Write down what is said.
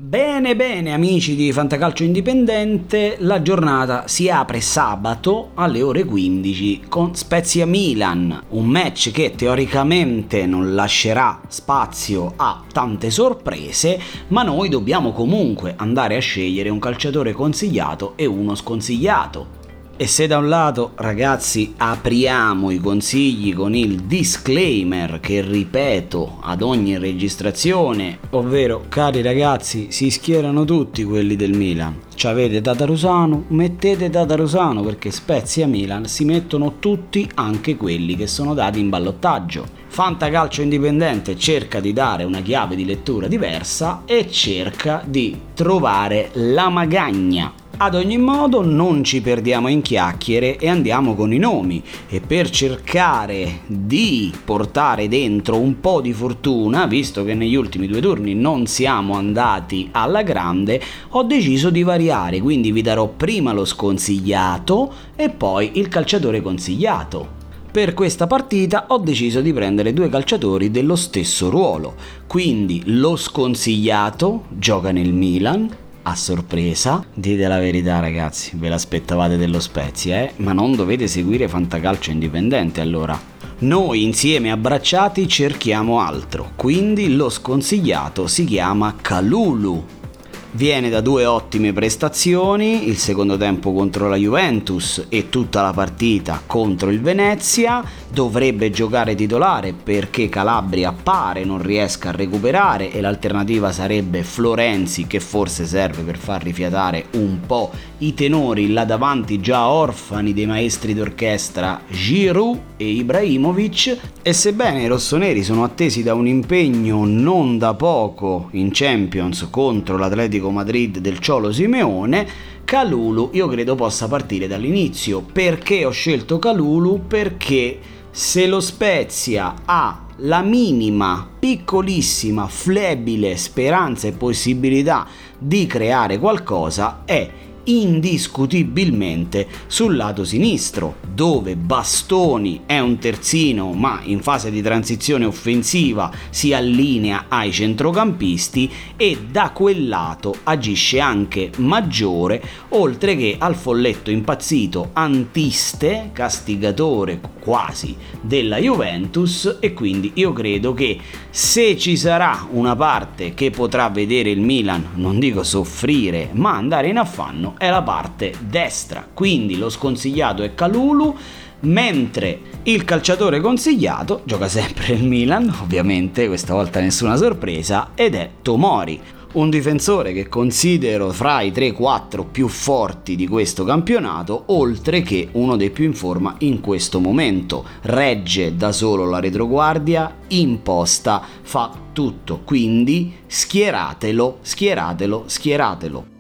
Bene bene amici di Fantacalcio Indipendente, la giornata si apre sabato alle ore 15 con Spezia Milan, un match che teoricamente non lascerà spazio a tante sorprese, ma noi dobbiamo comunque andare a scegliere un calciatore consigliato e uno sconsigliato. E se da un lato, ragazzi, apriamo i consigli con il disclaimer che ripeto ad ogni registrazione, ovvero, cari ragazzi, si schierano tutti quelli del Milan. C'avete Tatarusano, mettete Tatarusano, perché Spezia Milan si mettono tutti, anche quelli che sono dati in ballottaggio. Fantacalcio Indipendente cerca di dare una chiave di lettura diversa e cerca di trovare la magagna. Ad ogni modo non ci perdiamo in chiacchiere e andiamo con i nomi, e per cercare di portare dentro un po' di fortuna, visto che negli ultimi 2 turni non siamo andati alla grande, ho deciso di variare, quindi vi darò prima lo sconsigliato e poi il calciatore consigliato. Per questa partita ho deciso di prendere 2 calciatori dello stesso ruolo, quindi lo sconsigliato gioca nel Milan. A sorpresa, dite la verità ragazzi, ve l'aspettavate dello Spezia, ma non dovete seguire Fantacalcio Indipendente allora. Noi insieme abbracciati cerchiamo altro, quindi lo sconsigliato si chiama Kalulu. Viene da 2 ottime prestazioni, il secondo tempo contro la Juventus e tutta la partita contro il Venezia. Dovrebbe giocare titolare perché Calabria pare non riesca a recuperare e l'alternativa sarebbe Florenzi, che forse serve per far rifiatare un po' i tenori là davanti già orfani dei maestri d'orchestra Giroud e Ibrahimovic. E sebbene i rossoneri sono attesi da un impegno non da poco in Champions contro l'Atletico Madrid del Cholo Simeone, Kalulu io credo possa partire dall'inizio. Perché ho scelto Kalulu? Perché se lo Spezia ha la minima, piccolissima, flebile speranza e possibilità di creare qualcosa, è indiscutibilmente sul lato sinistro, dove Bastoni è un terzino ma in fase di transizione offensiva si allinea ai centrocampisti, e da quel lato agisce anche Maggiore, oltre che al folletto impazzito Antiste, castigatore quasi della Juventus. E quindi io credo che se ci sarà una parte che potrà vedere il Milan, non dico soffrire, ma andare in affanno, è la parte destra. Quindi lo sconsigliato è Kalulu, mentre il calciatore consigliato gioca sempre il Milan, ovviamente questa volta nessuna sorpresa, ed è Tomori, un difensore che considero fra i 3-4 più forti di questo campionato, oltre che uno dei più in forma in questo momento. Regge da solo la retroguardia, imposta, fa tutto, quindi schieratelo.